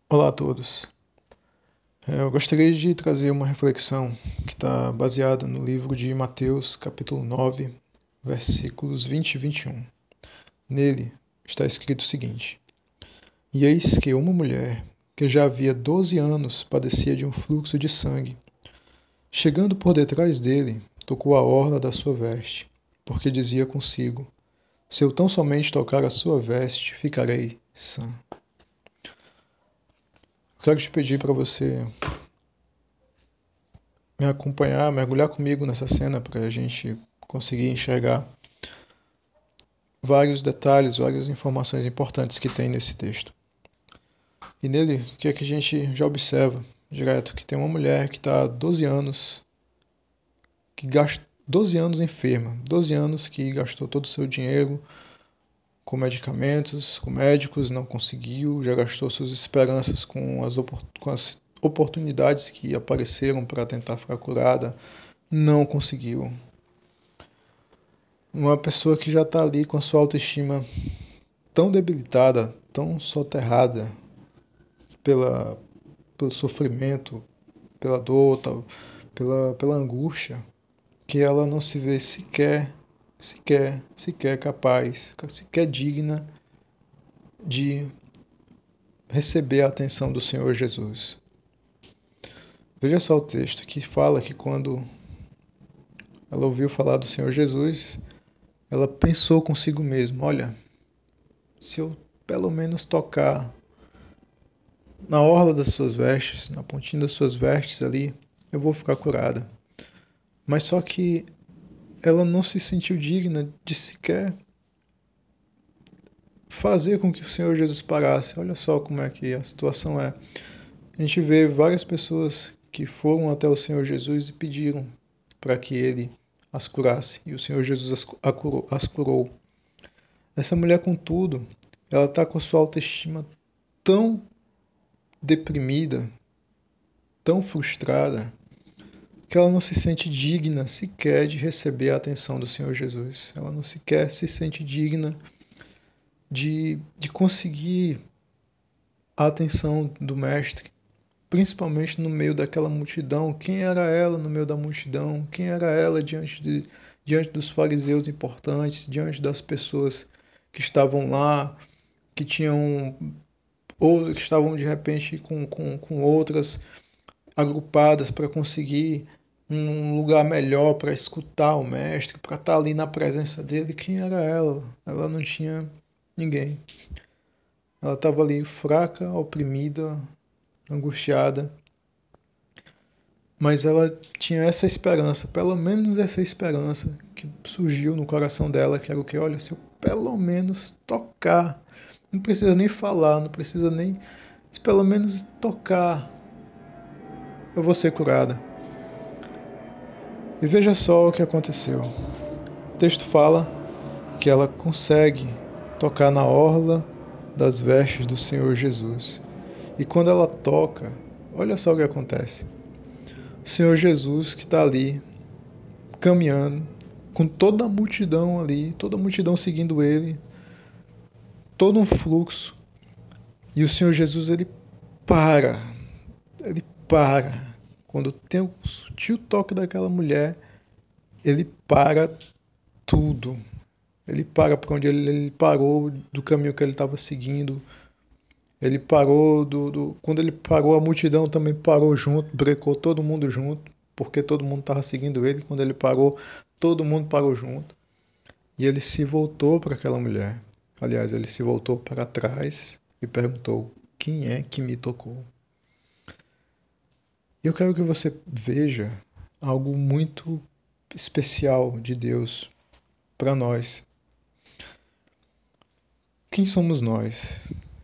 Olá a todos. Eu gostaria de trazer uma reflexão que está baseada no livro de Mateus, capítulo 9, versículos 20 e 21. Nele está escrito o seguinte: E eis que uma mulher, que já havia 12 anos padecia de um fluxo de sangue, chegando por detrás dele, tocou a orla da sua veste, porque dizia consigo: Se eu tão somente tocar a sua veste, ficarei sã. Quero te pedir para você me acompanhar, mergulhar comigo nessa cena para a gente conseguir enxergar vários detalhes, várias informações importantes que tem nesse texto. E nele, o que é que a gente já observa direto? Que tem uma mulher que está há 12 anos, que gasta 12 anos enferma, 12 anos que gastou todo o seu dinheiro com medicamentos, com médicos, não conseguiu, já gastou suas esperanças com as oportunidades que apareceram para tentar ficar curada, não conseguiu. Uma pessoa que já está ali com a sua autoestima tão debilitada, tão soterrada pela, pelo sofrimento, pela dor, pela angústia, que ela não se vê sequer capaz, sequer digna de receber a atenção do Senhor Jesus. Veja só o texto que fala que quando ela ouviu falar do Senhor Jesus, ela pensou consigo mesma: olha, se eu pelo menos tocar na orla das suas vestes, na pontinha das suas vestes ali, eu vou ficar curada. Mas só que ela não se sentiu digna de sequer fazer com que o Senhor Jesus parasse. Olha só como é que a situação é. A gente vê várias pessoas que foram até o Senhor Jesus e pediram para que ele as curasse. E o Senhor Jesus as curou. Essa mulher, contudo, ela está com a sua autoestima tão deprimida, tão frustrada, que ela não se sente digna sequer de receber a atenção do Senhor Jesus. Ela não sequer se sente digna de conseguir a atenção do Mestre, principalmente no meio daquela multidão. Quem era ela no meio da multidão? Quem era ela diante dos fariseus importantes, diante das pessoas que estavam lá, que tinham ou que estavam de repente com outras agrupadas para conseguir um lugar melhor para escutar o mestre, para estar ali na presença dele. Quem era ela? Ela não tinha ninguém. Ela estava ali fraca, oprimida, angustiada, mas ela tinha essa esperança, pelo menos essa esperança que surgiu no coração dela, que era o que? Olha, se eu pelo menos tocar, não precisa nem falar, não precisa nem, se pelo menos tocar, eu vou ser curada. E veja só o que aconteceu. O texto fala que ela consegue tocar na orla das vestes do Senhor Jesus. E quando ela toca, olha só o que acontece. O Senhor Jesus que está ali caminhando, com toda a multidão ali, toda a multidão seguindo ele, todo um fluxo. E o Senhor Jesus para, ele para. Quando tem o sutil toque daquela mulher, ele para tudo. Ele para por onde ele parou do caminho que ele estava seguindo. Ele parou quando ele parou, a multidão também parou junto, brecou todo mundo junto, porque todo mundo estava seguindo ele. Quando ele parou, todo mundo parou junto. E ele se voltou para aquela mulher. Aliás, ele se voltou para trás e perguntou: quem é que me tocou? Eu quero que você veja algo muito especial de Deus para nós. Quem somos nós?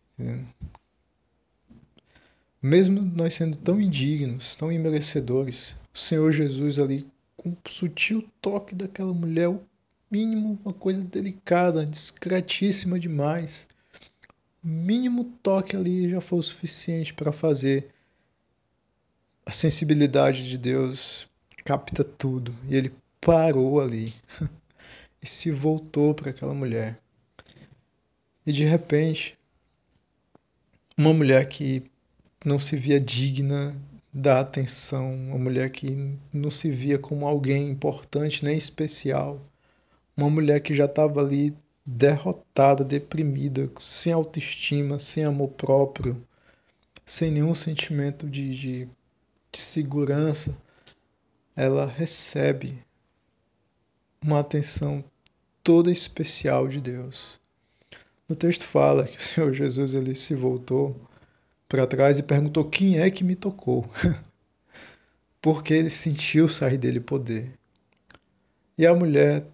Mesmo nós sendo tão indignos, tão imerecedores, o Senhor Jesus ali, com o sutil toque daquela mulher, o mínimo, uma coisa delicada, discretíssima demais, o mínimo toque ali já foi o suficiente para fazer. A sensibilidade de Deus capta tudo. E ele parou ali e se voltou para aquela mulher. E de repente, uma mulher que não se via digna da atenção, uma mulher que não se via como alguém importante nem especial, uma mulher que já estava ali derrotada, deprimida, sem autoestima, sem amor próprio, sem nenhum sentimento de segurança. Ela recebe uma atenção toda especial de Deus. No texto fala que o Senhor Jesus ele se voltou para trás e perguntou quem é que me tocou, porque ele sentiu sair dele poder. E a mulher,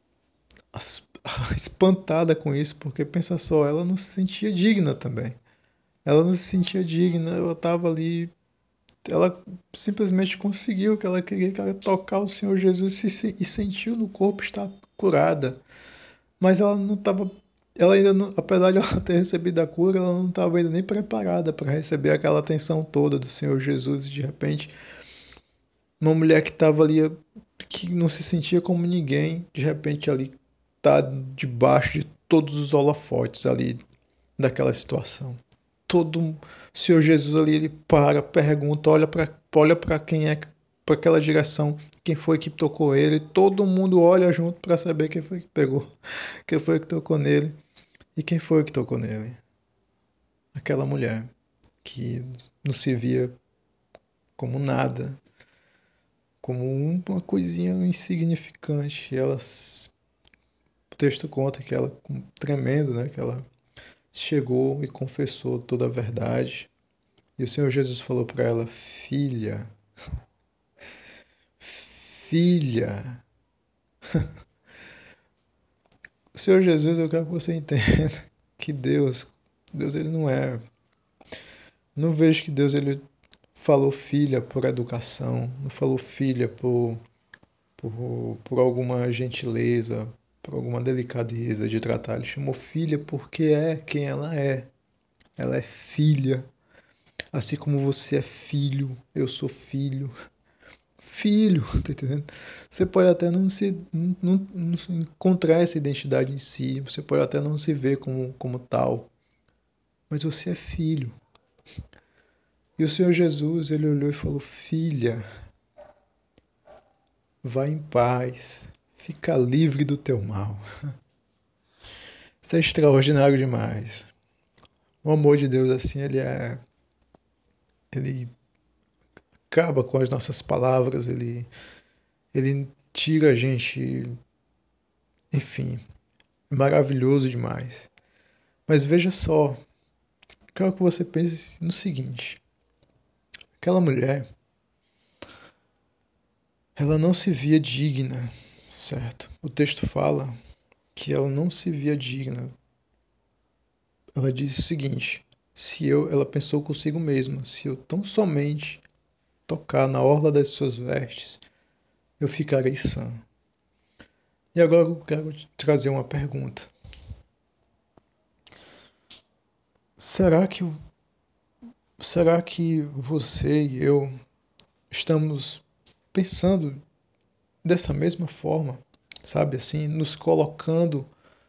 espantada com isso, porque pensa só, ela não se sentia digna também. Ela não se sentia digna, ela estava ali, ela simplesmente conseguiu o que ela queria, que era tocar o Senhor Jesus e sentiu no corpo estar curada. Mas ela não estava, ela ainda não, apesar de ela ter recebido a cura, ela não estava ainda nem preparada para receber aquela atenção toda do Senhor Jesus. E de repente, uma mulher que estava ali, que não se sentia como ninguém, de repente ali está debaixo de todos os holofotes ali daquela situação. Todo o Senhor Jesus ali, ele para, pergunta, olha para quem é, para aquela direção, quem foi que tocou ele. Todo mundo olha junto para saber quem foi que pegou, quem foi que tocou nele. E quem foi que tocou nele? Aquela mulher que não se via como nada, como uma coisinha insignificante. O texto conta que ela, tremendo, né, que ela chegou e confessou toda a verdade. E o Senhor Jesus falou para ela: filha, filha. O Senhor Jesus, eu quero que você entenda que Deus ele não é. Não vejo que Deus ele falou filha por educação, não falou filha por alguma gentileza, por alguma delicadeza de tratar. Ele chamou filha porque é quem ela é. Ela é filha. Assim como você é filho, eu sou filho. Filho, tá entendendo? Você pode até não se encontrar essa identidade em si, você pode até não se ver como tal, mas você é filho. E o Senhor Jesus, ele olhou e falou: filha, vá em paz, fica livre do teu mal. Isso é extraordinário demais. O amor de Deus, assim, ele acaba com as nossas palavras, ele tira a gente, enfim, é maravilhoso demais. Mas veja só, quero que você pense no seguinte: aquela mulher, ela não se via digna, certo? O texto fala que ela não se via digna. Ela disse o seguinte: ela pensou consigo mesma, se eu tão somente tocar na orla das suas vestes, eu ficarei sã. E agora eu quero te trazer uma pergunta. Será que, será que você e eu estamos pensando dessa mesma forma? Sabe assim, nos colocando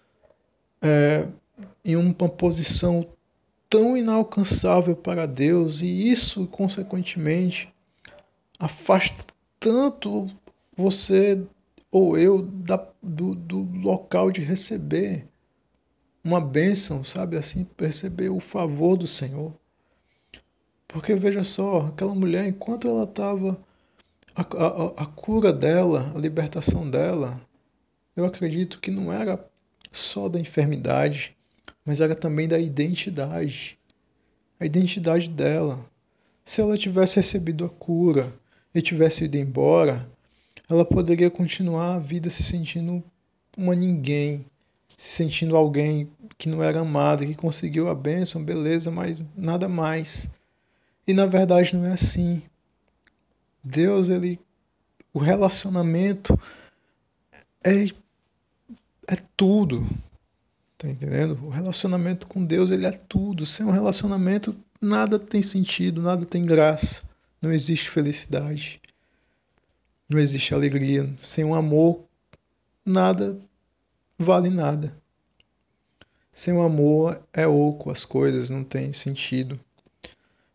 em uma posição tão inalcançável para Deus e isso, consequentemente, afasta tanto você ou eu do local de receber uma bênção, sabe assim, perceber o favor do Senhor. Porque veja só, aquela mulher, enquanto ela estava, a cura dela, a libertação dela, eu acredito que não era só da enfermidade, mas era também da identidade. A identidade dela. Se ela tivesse recebido a cura e tivesse ido embora, ela poderia continuar a vida se sentindo uma ninguém, se sentindo alguém que não era amado, que conseguiu a bênção, beleza, mas nada mais. E na verdade não é assim. Deus, o relacionamento é, é tudo, tá entendendo? O relacionamento com Deus, ele é tudo. Sem um relacionamento, nada tem sentido, nada tem graça. Não existe felicidade, não existe alegria. Sem um amor, nada vale nada. Sem o amor é oco, as coisas não têm sentido.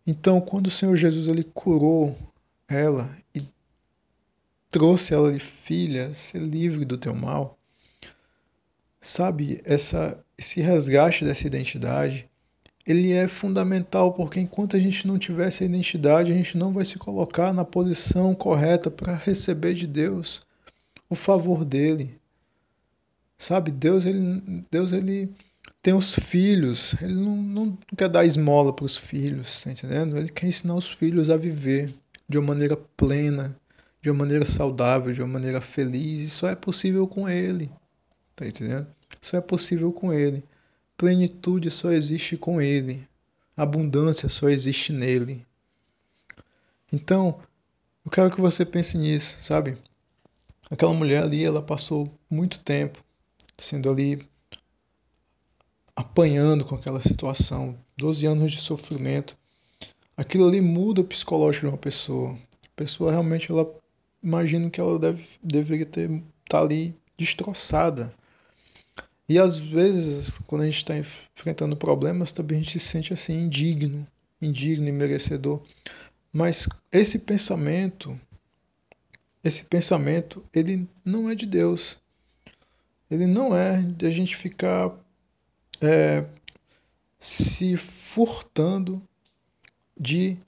Então, quando o Senhor Jesus ele curou ela e trouxe ela de filha, ser livre do teu mal, sabe, esse resgate dessa identidade, ele é fundamental porque enquanto a gente não tiver essa identidade, a gente não vai se colocar na posição correta para receber de Deus o favor dele. Sabe, Deus ele tem os filhos, ele não quer dar esmola para os filhos, tá entendendo? Ele quer ensinar os filhos a viver de uma maneira plena, de uma maneira saudável, de uma maneira feliz. E só é possível com ele, tá entendendo? Só é possível com ele. Plenitude só existe com ele. Abundância só existe nele. Então, eu quero que você pense nisso, sabe? Aquela mulher ali, ela passou muito tempo sendo ali apanhando com aquela situação, 12 anos de sofrimento. Aquilo ali muda o psicológico de uma pessoa. A pessoa realmente, ela imagina que ela deveria estar ali destroçada. E às vezes, quando a gente está enfrentando problemas, também a gente se sente assim, indigno e merecedor. Mas esse pensamento, ele não é de Deus. Ele não é de a gente ficar se furtando de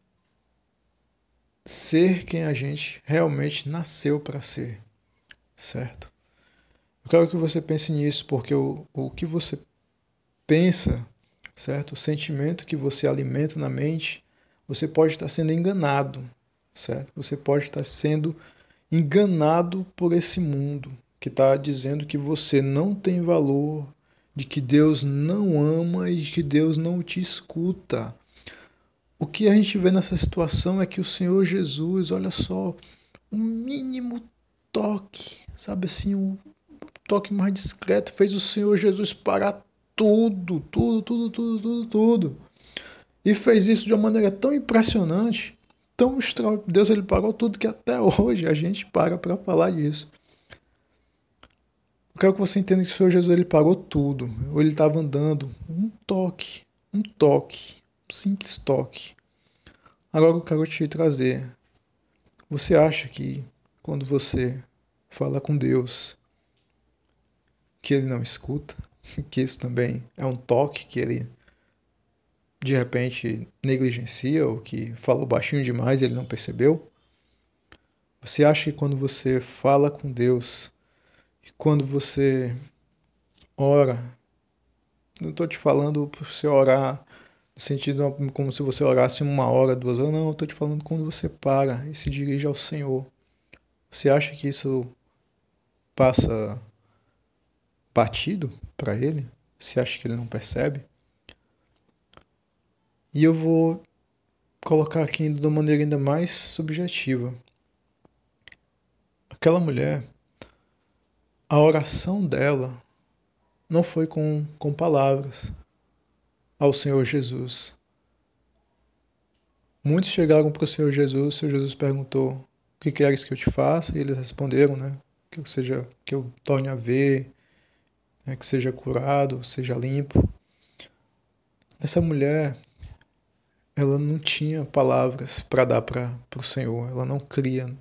ser quem a gente realmente nasceu para ser, certo? Eu quero que você pense nisso, porque o que você pensa, certo? O sentimento que você alimenta na mente, você pode estar sendo enganado, certo? Você pode estar sendo enganado por esse mundo que está dizendo que você não tem valor, de que Deus não ama e de que Deus não te escuta. O que a gente vê nessa situação é que o Senhor Jesus, olha só, um mínimo toque, sabe assim, um toque mais discreto fez o Senhor Jesus parar tudo. E fez isso de uma maneira tão impressionante, tão extraordinária. Deus ele parou tudo que até hoje a gente para falar disso. Eu quero que você entenda que o Senhor Jesus ele parou tudo. Ou ele estava andando, um simples toque. Agora eu quero te trazer. Você acha que quando você fala com Deus, que ele não escuta, que isso também é um toque que ele de repente negligencia ou que falou baixinho demais e ele não percebeu? Você acha que quando você fala com Deus, e quando você ora, não estou te falando para você orar no sentido como se você orasse 1 hora, 2 horas, não, eu estou te falando quando você para e se dirige ao Senhor. Você acha que isso passa batido para ele? Você acha que ele não percebe? E eu vou colocar aqui de uma maneira ainda mais subjetiva. Aquela mulher, a oração dela não foi com palavras ao Senhor Jesus. Muitos chegaram para o Senhor Jesus perguntou: O que queres que eu te faça? E eles responderam, né? Que eu torne a ver, né, que seja curado, seja limpo. Essa mulher, ela não tinha palavras para dar para o Senhor. Ela não cria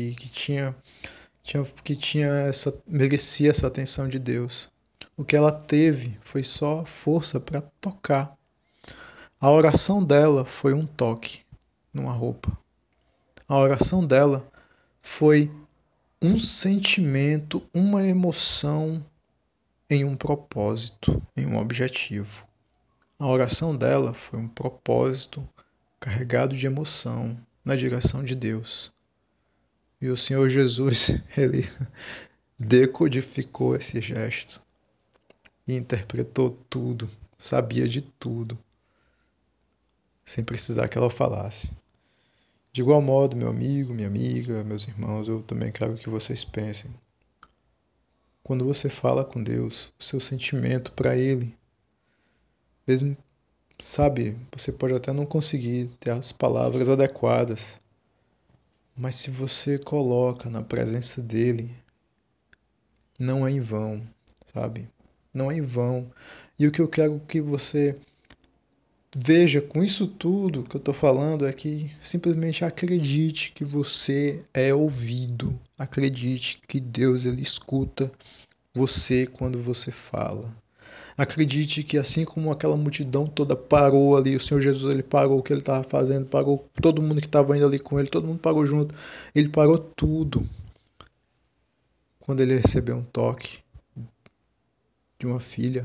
que merecia essa atenção de Deus. O que ela teve foi só força para tocar. A oração dela foi um toque numa roupa. A oração dela foi um sentimento, uma emoção em um propósito, em um objetivo. A oração dela foi um propósito carregado de emoção na direção de Deus. E o Senhor Jesus, ele decodificou esse gesto e interpretou tudo, sabia de tudo, sem precisar que ela falasse. De igual modo, meu amigo, minha amiga, meus irmãos, eu também quero que vocês pensem. Quando você fala com Deus, o seu sentimento para Ele, mesmo, sabe, você pode até não conseguir ter as palavras adequadas, mas se você coloca na presença dEle, não é em vão, sabe? Não é em vão. E o que eu quero que você veja, com isso tudo que eu estou falando é que simplesmente acredite que você é ouvido. Acredite que Deus ele escuta você quando você fala. Acredite que assim como aquela multidão toda parou ali, o Senhor Jesus ele parou o que ele estava fazendo, parou todo mundo que estava indo ali com ele, todo mundo parou junto. Ele parou tudo quando ele recebeu um toque de uma filha.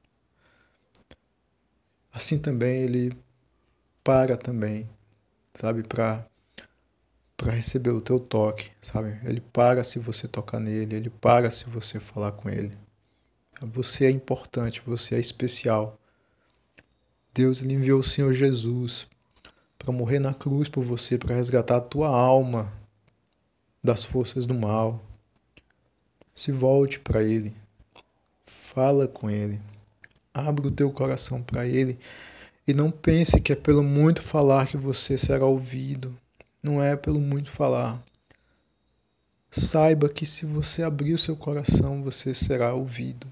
Assim também ele para também, sabe, para receber o teu toque, sabe? Ele para se você tocar nele, ele para se você falar com ele. Você é importante, você é especial. Deus ele enviou o Senhor Jesus para morrer na cruz por você, para resgatar a tua alma das forças do mal. Se volte para ele, fala com ele, abre o teu coração para ele e não pense que é pelo muito falar que você será ouvido. Não é pelo muito falar. Saiba que se você abrir o seu coração, você será ouvido.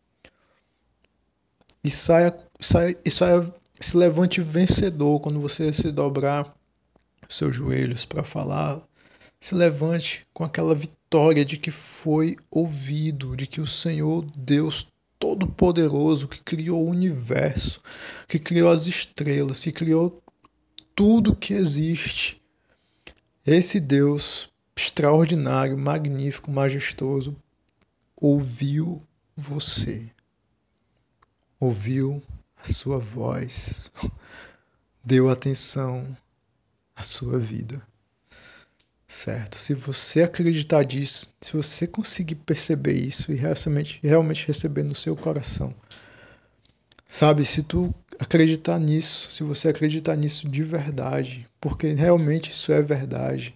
E saia, se levante vencedor quando você se dobrar os seus joelhos para falar. Se levante com aquela vitória de que foi ouvido, de que o Senhor Deus Todo-Poderoso, que criou o universo, que criou as estrelas, que criou tudo que existe, esse Deus extraordinário, magnífico, majestoso, ouviu você, ouviu a sua voz, deu atenção à sua vida. Certo? Se você acreditar nisso, se você conseguir perceber isso e realmente receber no seu coração, sabe? Se tu acreditar nisso, se você acreditar nisso de verdade, porque realmente isso é verdade,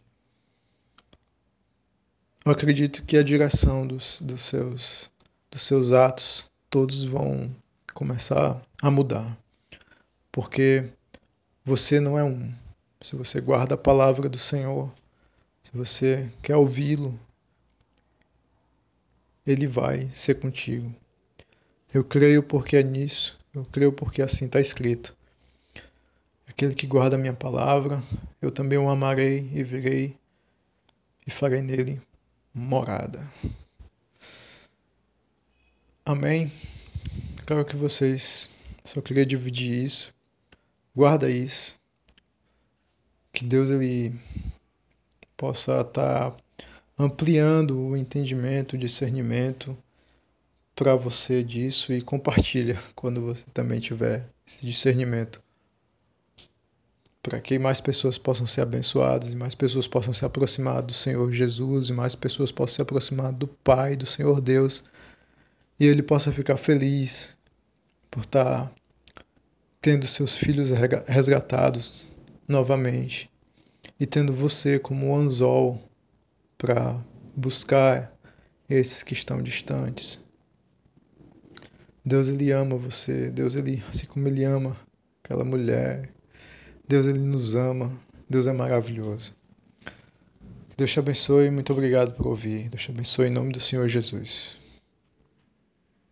eu acredito que a direção dos seus atos todos vão começar a mudar, porque você não é um. Se você guarda a palavra do Senhor, se você quer ouvi-lo, ele vai ser contigo. Eu creio porque é nisso, eu creio porque assim está escrito. Aquele que guarda a minha palavra, eu também o amarei e virei e farei nele morada. Amém? Quero que vocês, só queria dividir isso, guarda isso, que Deus ele possa estar ampliando o entendimento, o discernimento para você disso e compartilha quando você também tiver esse discernimento, para que mais pessoas possam ser abençoadas e mais pessoas possam se aproximar do Senhor Jesus e mais pessoas possam se aproximar do Pai, do Senhor Deus, e ele possa ficar feliz por estar tendo seus filhos resgatados novamente e tendo você como um anzol para buscar esses que estão distantes. Deus ele ama você, Deus ele, assim como ele ama aquela mulher, Deus ele nos ama, Deus é maravilhoso. Deus te abençoe, muito obrigado por ouvir. Deus te abençoe em nome do Senhor Jesus.